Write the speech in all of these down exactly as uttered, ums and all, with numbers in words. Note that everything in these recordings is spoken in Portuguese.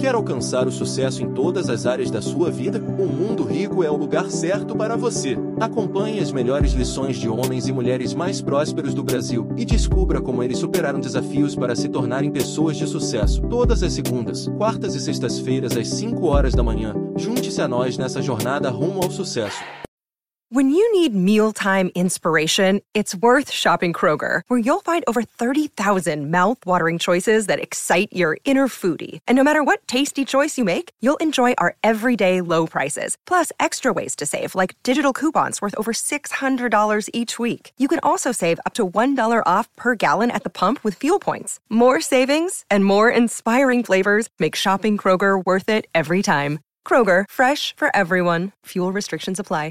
Quer alcançar o sucesso em todas as áreas da sua vida? O Mundo Rico é o lugar certo para você. Acompanhe as melhores lições de homens e mulheres mais prósperos do Brasil e descubra como eles superaram desafios para se tornarem pessoas de sucesso. Todas as segundas, quartas e sextas-feiras às cinco horas da manhã. Junte-se a nós nessa jornada rumo ao sucesso. When you need mealtime inspiration, it's worth shopping Kroger, where you'll find over thirty thousand mouth-watering choices that excite your inner foodie. And no matter what tasty choice you make, you'll enjoy our everyday low prices, plus extra ways to save, like digital coupons worth over six hundred dollars each week. You can also save up to one dollar off per gallon at the pump with fuel points. More savings and more inspiring flavors make shopping Kroger worth it every time. Kroger, fresh for everyone. Fuel restrictions apply.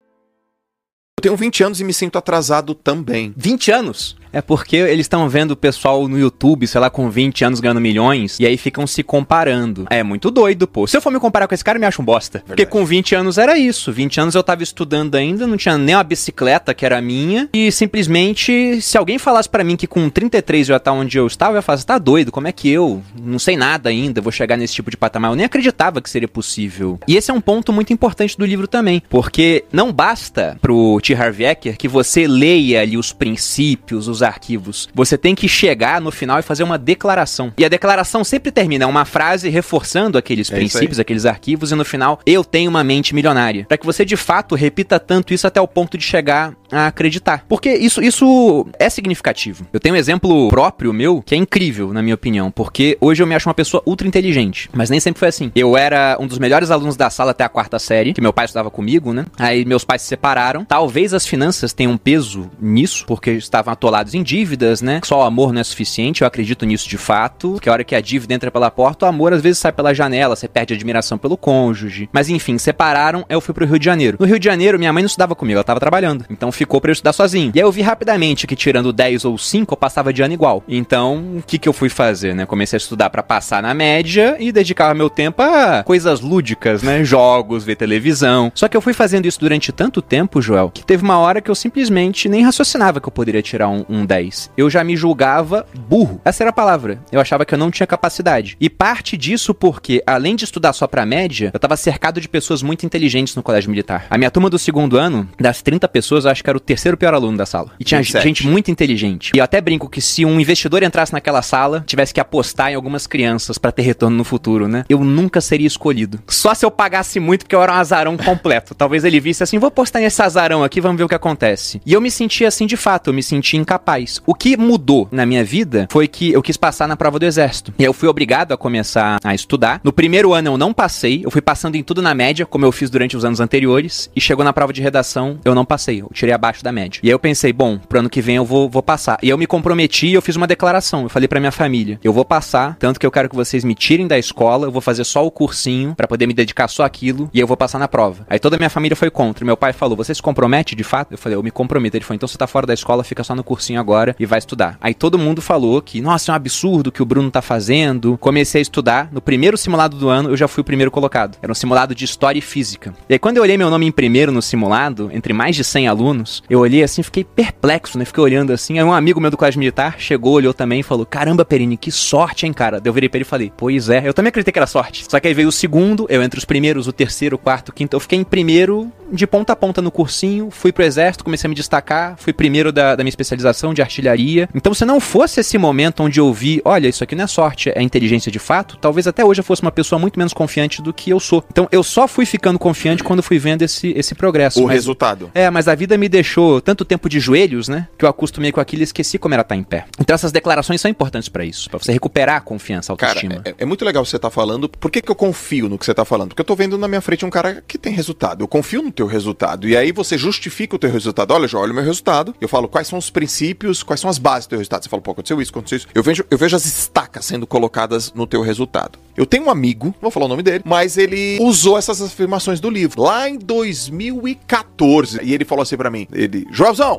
Eu tenho vinte anos e me sinto atrasado também. vinte anos? É porque eles estão vendo o pessoal no YouTube, sei lá, com vinte anos ganhando milhões, e aí ficam se comparando. É muito doido, pô. Se eu for me comparar com esse cara, eu me acho um bosta. Verdade. Porque com vinte anos era isso. vinte anos eu tava estudando ainda, não tinha nem uma bicicleta que era minha, e simplesmente, se alguém falasse pra mim que com trinta e três eu ia estar onde eu estava, eu ia falar, você tá doido, como é que eu não sei nada ainda, vou chegar nesse tipo de patamar? Eu nem acreditava que seria possível. E esse é um ponto muito importante do livro também, porque não basta pro T. Harv Eker que você leia ali os princípios, os arquivos. Você tem que chegar no final e fazer uma declaração. E a declaração sempre termina uma frase reforçando aqueles é princípios, aqueles arquivos, e no final, eu tenho uma mente milionária. Para que você, de fato, repita tanto isso até o ponto de chegar a acreditar. Porque isso, isso é significativo. Eu tenho um exemplo próprio meu que é incrível, na minha opinião, porque hoje eu me acho uma pessoa ultra inteligente, mas nem sempre foi assim. Eu era um dos melhores alunos da sala até a quarta série, que meu pai estudava comigo, né? Aí meus pais se separaram. Talvez as finanças tenham um peso nisso, porque estavam atolados em dívidas, né? Só o amor não é suficiente, eu acredito nisso de fato, porque a hora que a dívida entra pela porta, o amor às vezes sai pela janela, você perde a admiração pelo cônjuge. Mas enfim, separaram, eu fui pro Rio de Janeiro. No Rio de Janeiro, minha mãe não estudava comigo, ela tava trabalhando, então ficou pra eu estudar sozinho. E aí eu vi rapidamente que tirando dez ou cinco, eu passava de ano igual. Então, o que que eu fui fazer, né? Comecei a estudar pra passar na média e dedicava meu tempo a coisas lúdicas, né? Jogos, ver televisão. Só que eu fui fazendo isso durante tanto tempo, Joel, que teve uma hora que eu simplesmente nem raciocinava que eu poderia tirar um, um dez. Eu já me julgava burro. Essa era a palavra. Eu achava que eu não tinha capacidade. E parte disso porque, além de estudar só pra média, eu tava cercado de pessoas muito inteligentes no colégio militar. A minha turma do segundo ano, das trinta pessoas, eu acho que era o terceiro pior aluno da sala. E tinha vinte e sete. Gente muito inteligente. E eu até brinco que se um investidor entrasse naquela sala, tivesse que apostar em algumas crianças pra ter retorno no futuro, né? Eu nunca seria escolhido. Só se eu pagasse muito, porque eu era um azarão completo. Talvez ele visse assim, vou apostar nesse azarão aqui, vamos ver o que acontece. E eu me sentia assim de fato, eu me sentia incapaz. O que mudou na minha vida foi que eu quis passar na prova do exército. E eu fui obrigado a começar a estudar. No primeiro ano eu não passei, eu fui passando em tudo na média, como eu fiz durante os anos anteriores, e chegou na prova de redação, eu não passei, eu tirei abaixo da média. E aí eu pensei, bom, pro ano que vem eu vou, vou passar. E eu me comprometi, eu fiz uma declaração, eu falei pra minha família, eu vou passar, tanto que eu quero que vocês me tirem da escola, eu vou fazer só o cursinho, pra poder me dedicar só àquilo, e eu vou passar na prova. Aí toda a minha família foi contra, meu pai falou, você se compromete de fato? Eu falei, eu me comprometo. Ele falou, então você tá fora da escola, fica só no cursinho agora e vai estudar. Aí todo mundo falou que, nossa, é um absurdo que o Bruno tá fazendo. Comecei a estudar, no primeiro simulado do ano eu já fui o primeiro colocado. Era um simulado de história e física. E aí quando eu olhei meu nome em primeiro no simulado, entre mais de cem alunos, eu olhei assim, fiquei perplexo, né? Fiquei olhando assim, aí um amigo meu do colégio militar chegou, olhou também e falou, caramba, Perini, que sorte, hein, cara? Daí eu virei pra ele e falei, pois é, eu também acreditei que era sorte. Só que aí veio o segundo, eu entre os primeiros, o terceiro, o quarto, o quinto, eu fiquei em primeiro de ponta a ponta no cursinho, fui pro exército, comecei a me destacar, fui primeiro da, da minha especialização de artilharia. Então se não fosse esse momento onde eu vi, olha, isso aqui não é sorte, é inteligência de fato, talvez até hoje eu fosse uma pessoa muito menos confiante do que eu sou. Então eu só fui ficando confiante quando fui vendo esse, esse progresso. O mas, resultado. É, mas a vida me deixou tanto tempo de joelhos, né, que eu acostumei com aquilo e esqueci como era estar em pé. Então essas declarações são importantes pra isso, pra você recuperar a confiança, a autoestima. Cara, é, é muito legal você tá falando. Por que que eu confio no que você tá falando? Porque eu tô vendo na minha frente um cara que tem resultado. Eu confio no teu resultado. E aí você justifica o teu resultado. Olha, já olha o meu resultado. Eu falo quais são os princípios, quais são as bases do teu resultado. Você fala, pô, aconteceu isso, aconteceu isso. Eu vejo, eu vejo as estacas sendo colocadas no teu resultado. Eu tenho um amigo, vou falar o nome dele, mas ele usou essas afirmações do livro lá em dois mil e quatorze. E ele falou assim pra mim, ele, Joelzão, não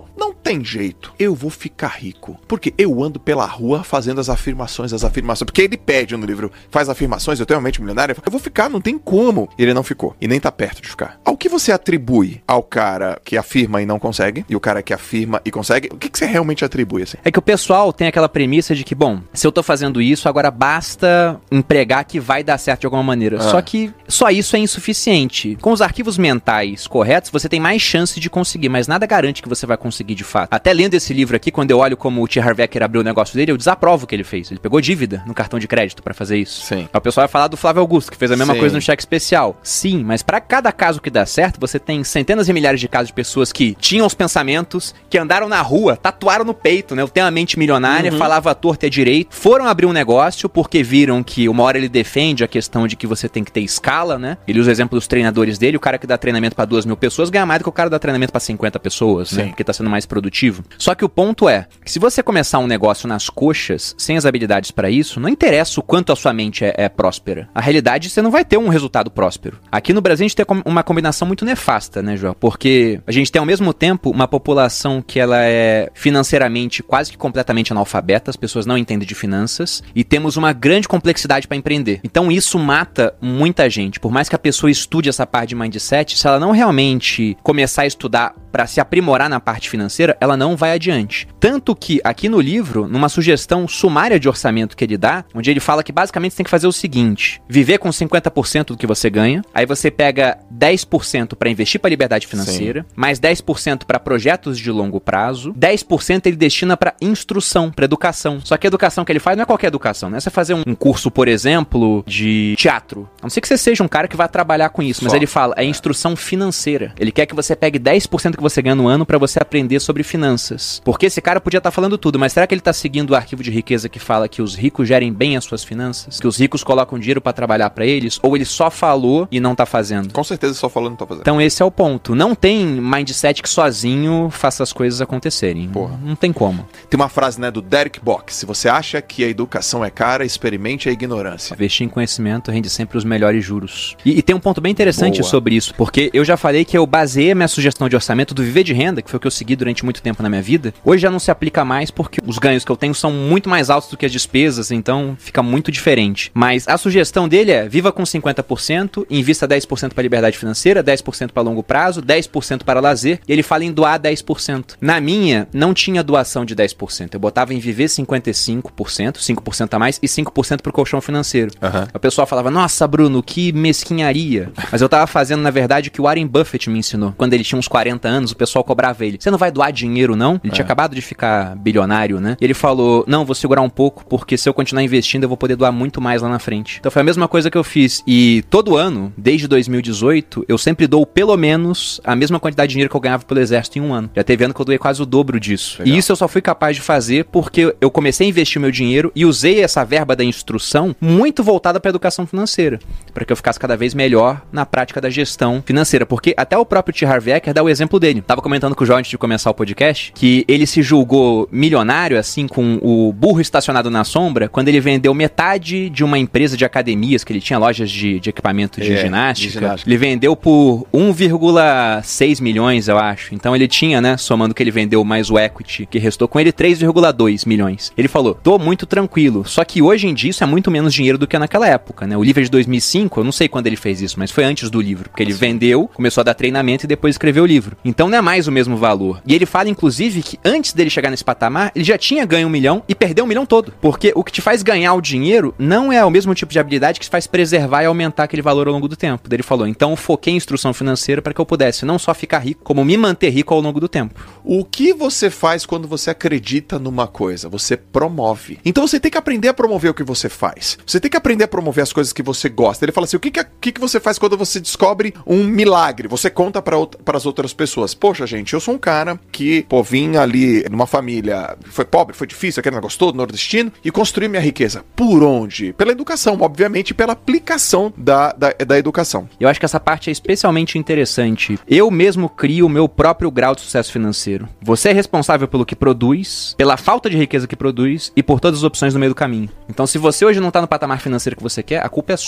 tem jeito, eu vou ficar rico. Porque eu ando pela rua fazendo as afirmações, as afirmações. Porque ele pede no livro, faz afirmações, eu tenho uma mente milionária, eu vou ficar, não tem como. E ele não ficou. E nem tá perto de ficar. Ao que você atribui ao cara que afirma e não consegue, e o cara que afirma e consegue, o que, que você realmente atribui, assim? É que o pessoal tem aquela premissa de que, bom, se eu tô fazendo isso, agora basta empregar que vai dar certo de alguma maneira. Ah. Só que só isso é insuficiente. Com os arquivos mentais corretos, você tem mais chance de conseguir, mas nada garante que você vai conseguir de fato. Até lendo esse livro aqui, quando eu olho como o T. Harv Eker abriu o negócio dele, eu desaprovo o que ele fez. Ele pegou dívida no cartão de crédito pra fazer isso. Sim. Aí o pessoal vai falar do Flávio Augusto, que fez a mesma Sim. coisa no cheque especial. Sim, mas pra cada caso que dá certo, você tem centenas e milhares de casos de pessoas que tinham os pensamentos, que andaram na rua, tatuaram no peito, né? Eu tenho a mente milionária, uhum. falava à torta e à direito, foram abrir um negócio porque viram que uma hora ele defende a questão de que você tem que ter escala, né? Ele usa o exemplo dos treinadores dele, o cara que dá treinamento pra duas mil pessoas ganha mais do que o cara que dá treinamento pra cinquenta pessoas, né? Porque tá sendo mais produtivo. Só que o ponto é que se você começar um negócio nas coxas, sem as habilidades pra isso, não interessa o quanto a sua mente é, é próspera. A realidade, você não vai ter um resultado próspero. Aqui no Brasil, a gente tem uma combinação muito nefasta, né, João? Porque a gente tem, ao mesmo tempo, uma população que ela é financeiramente quase que completamente analfabeta, as pessoas não entendem de finanças, e temos uma grande complexidade pra empreender. Então, isso mata muita gente. Por mais que a pessoa estude essa parte de mindset, se ela não realmente começar a estudar para se aprimorar na parte financeira, ela não vai adiante. Tanto que aqui no livro, numa sugestão sumária de orçamento que ele dá, onde ele fala que basicamente você tem que fazer o seguinte: viver com cinquenta por cento do que você ganha, aí você pega dez por cento para investir para liberdade financeira, Sim. mais dez por cento para projetos de longo prazo, dez por cento ele destina para instrução, para educação. Só que a educação que ele faz não é qualquer educação, não é você fazer um curso, por exemplo, de teatro. A não ser que você seja um cara que vai trabalhar com isso, Só. mas ele fala, é instrução financeira. Ele quer que você pegue dez por cento que você ganha no ano para você aprender sobre finanças. Porque esse cara podia estar tá falando tudo, mas será que ele está seguindo o arquivo de riqueza que fala que os ricos gerem bem as suas finanças? Que os ricos colocam dinheiro para trabalhar para eles? Ou ele só falou e não tá fazendo? Com certeza só falou e não tá fazendo. Então esse é o ponto. Não tem mindset que sozinho faça as coisas acontecerem. Porra. Não tem como. Tem uma frase, né, do Derek Box: se você acha que a educação é cara, experimente a ignorância. Investir em conhecimento rende sempre os melhores juros. E, e tem um ponto bem interessante Boa. sobre isso, porque eu já falei que eu baseei a minha sugestão de orçamento do viver de renda, que foi o que eu segui durante muito tempo na minha vida. Hoje já não se aplica mais porque os ganhos que eu tenho são muito mais altos do que as despesas, então fica muito diferente. Mas a sugestão dele é: viva com cinquenta por cento, invista dez por cento para liberdade financeira, dez por cento para longo prazo, dez por cento para lazer, e ele fala em doar dez por cento. Na minha, não tinha doação de dez por cento. Eu botava em viver cinquenta e cinco por cento, cinco por cento a mais, e cinco por cento pro colchão financeiro. Uhum. O pessoal falava, nossa, Bruno, que mesquinharia. Mas eu tava fazendo, na verdade, o que o Warren Buffett me ensinou. Quando ele tinha uns quarenta anos, o pessoal cobrava ele: você não vai doar dinheiro, não? Ele é. tinha acabado de ficar bilionário, né? E ele falou: não, vou segurar um pouco, porque se eu continuar investindo, eu vou poder doar muito mais lá na frente. Então foi a mesma coisa que eu fiz. E todo ano, desde dois mil e dezoito, eu sempre dou pelo menos a mesma quantidade de dinheiro que eu ganhava pelo exército em um ano. Já teve ano que eu doei quase o dobro disso. Legal. E isso eu só fui capaz de fazer porque eu comecei a investir meu dinheiro e usei essa verba da instrução muito voltada para a educação financeira, para que eu ficasse cada vez melhor na prática da gestão financeira. Porque até o próprio T. Harv Eker dá o exemplo dele. Tava comentando com o João antes de começar o podcast que ele se julgou milionário, assim, com o burro estacionado na sombra, quando ele vendeu metade de uma empresa de academias, que ele tinha lojas de, de equipamento de, é, ginástica. de ginástica. Ele vendeu por um vírgula seis milhões, eu acho. Então ele tinha, né, somando o que ele vendeu mais o equity que restou com ele, três vírgula dois milhões. Ele falou: tô muito tranquilo. Só que hoje em dia isso é muito menos dinheiro do que naquela época, né? O livro é de dois mil e cinco, eu não sei quando ele fez isso, mas foi antes do livro, porque ele vendeu, começou a dar treinamento e depois escreveu o livro. Então não é mais o mesmo valor. E ele fala, inclusive, que antes dele chegar nesse patamar, ele já tinha ganho um milhão e perdeu um milhão todo. Porque o que te faz ganhar o dinheiro não é o mesmo tipo de habilidade que te faz preservar e aumentar aquele valor ao longo do tempo. Daí ele falou: então eu foquei em instrução financeira para que eu pudesse não só ficar rico, como me manter rico ao longo do tempo. O que você faz quando você acredita numa coisa? Você promove. Então você tem que aprender a promover o que você faz. Você tem que aprender a promover as coisas que você gosta. Ele fala assim: o que, que, que, que você faz quando você descobre um milagre? Você conta para as outras pessoas. Poxa, gente, eu sou um cara que, pô, vim ali numa família, foi pobre, foi difícil, aquele negócio todo, nordestino, e construí minha riqueza. Por onde? Pela educação, obviamente, pela aplicação da, da, da educação. Eu acho que essa parte é especialmente interessante. Eu mesmo crio o meu próprio grau de sucesso financeiro. Você é responsável pelo que produz, pela falta de riqueza que produz e por todas as opções no meio do caminho. Então, se você hoje não tá no patamar financeiro que você quer, a culpa é sua.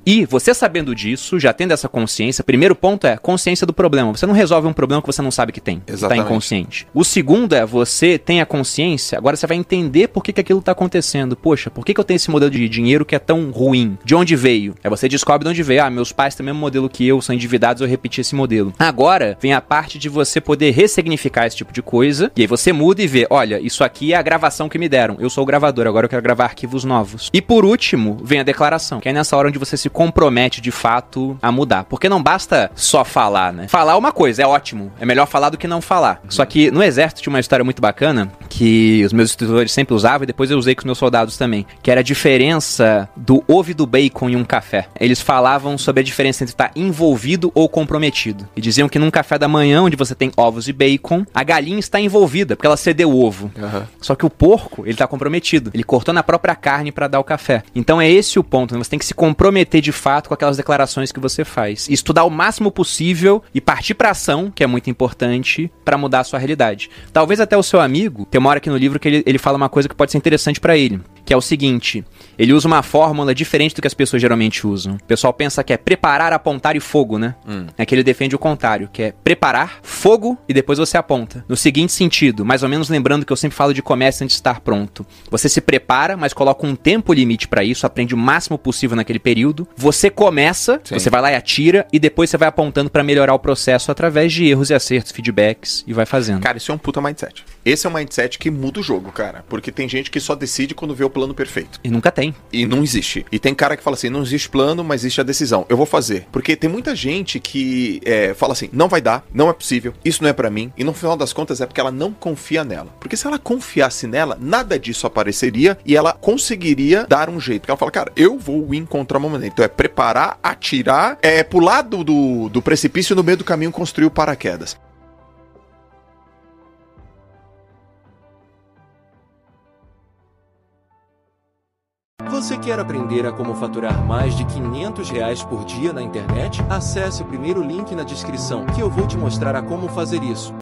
E você sabendo disso, já tendo essa consciência, primeiro ponto é consciência do problema. Você não resolve um problema que você não sabe que tem. Exatamente. Tá inconsciente. O segundo é você tem a consciência, agora você vai entender por que, que aquilo tá acontecendo. Poxa, por que, que eu tenho esse modelo de dinheiro que é tão ruim? De onde veio? Aí você descobre de onde veio. Ah, meus pais têm o mesmo modelo que eu, são endividados, eu repeti esse modelo. Agora vem a parte de você poder ressignificar esse tipo de coisa, e aí você muda e vê, olha, isso aqui é a gravação que me deram. Eu sou o gravador, agora eu quero gravar arquivos novos. E por último, vem a declaração, que é nessa hora onde você se compromete de fato a mudar. Porque não basta só falar, né? Falar é uma coisa, é ótimo. É melhor falar do que não falar. Só que no exército tinha uma história muito bacana, que os meus instrutores sempre usavam, e depois eu usei com os meus soldados também, que era a diferença do ovo e do bacon em um café. Eles falavam sobre a diferença entre estar envolvido ou comprometido. E diziam que num café da manhã, onde você tem ovos e bacon, a galinha está envolvida, porque ela cedeu o ovo. Uhum. Só que o porco, ele tá comprometido. Ele cortou na própria carne para dar o café. Então é esse o ponto, né? Você tem que se comprometer de fato com aquelas declarações que você faz. E estudar o máximo possível e partir pra ação, que é muito importante, para mudar a sua realidade. Talvez até o seu amigo, tem uma hora aqui no livro que ele, ele fala uma coisa que pode ser interessante para ele, que é o seguinte, ele usa uma fórmula diferente do que as pessoas geralmente usam. O pessoal pensa que é preparar, apontar e fogo, né? Hum. É que ele defende o contrário, que é preparar, fogo e depois você aponta. No seguinte sentido, mais ou menos lembrando que eu sempre falo de comércio antes de estar pronto. Você se prepara, mas coloca um tempo limite para isso, aprende o máximo possível naquele período. Você começa, Sim. você vai lá e atira, e depois você vai apontando para melhorar o processo através de erros e acertos, feedbacks, e vai fazendo. Cara, isso é um puta mindset. Esse é um mindset que muda o jogo, cara. Porque tem gente que só decide quando vê o plano perfeito. E nunca tem. E não existe. E tem cara que fala assim, não existe plano, mas existe a decisão. Eu vou fazer. Porque tem muita gente que é, fala assim, não vai dar, não é possível, isso não é pra mim. E no final das contas é porque ela não confia nela. Porque se ela confiasse nela, nada disso apareceria e ela conseguiria dar um jeito. Porque ela fala, cara, eu vou encontrar uma maneira. Então é preparar, atirar, é pular do, do, do precipício e no meio do caminho construir o paraquedas. Você quer aprender a como faturar mais de quinhentos reais por dia na internet? Acesse o primeiro link na descrição que eu vou te mostrar a como fazer isso.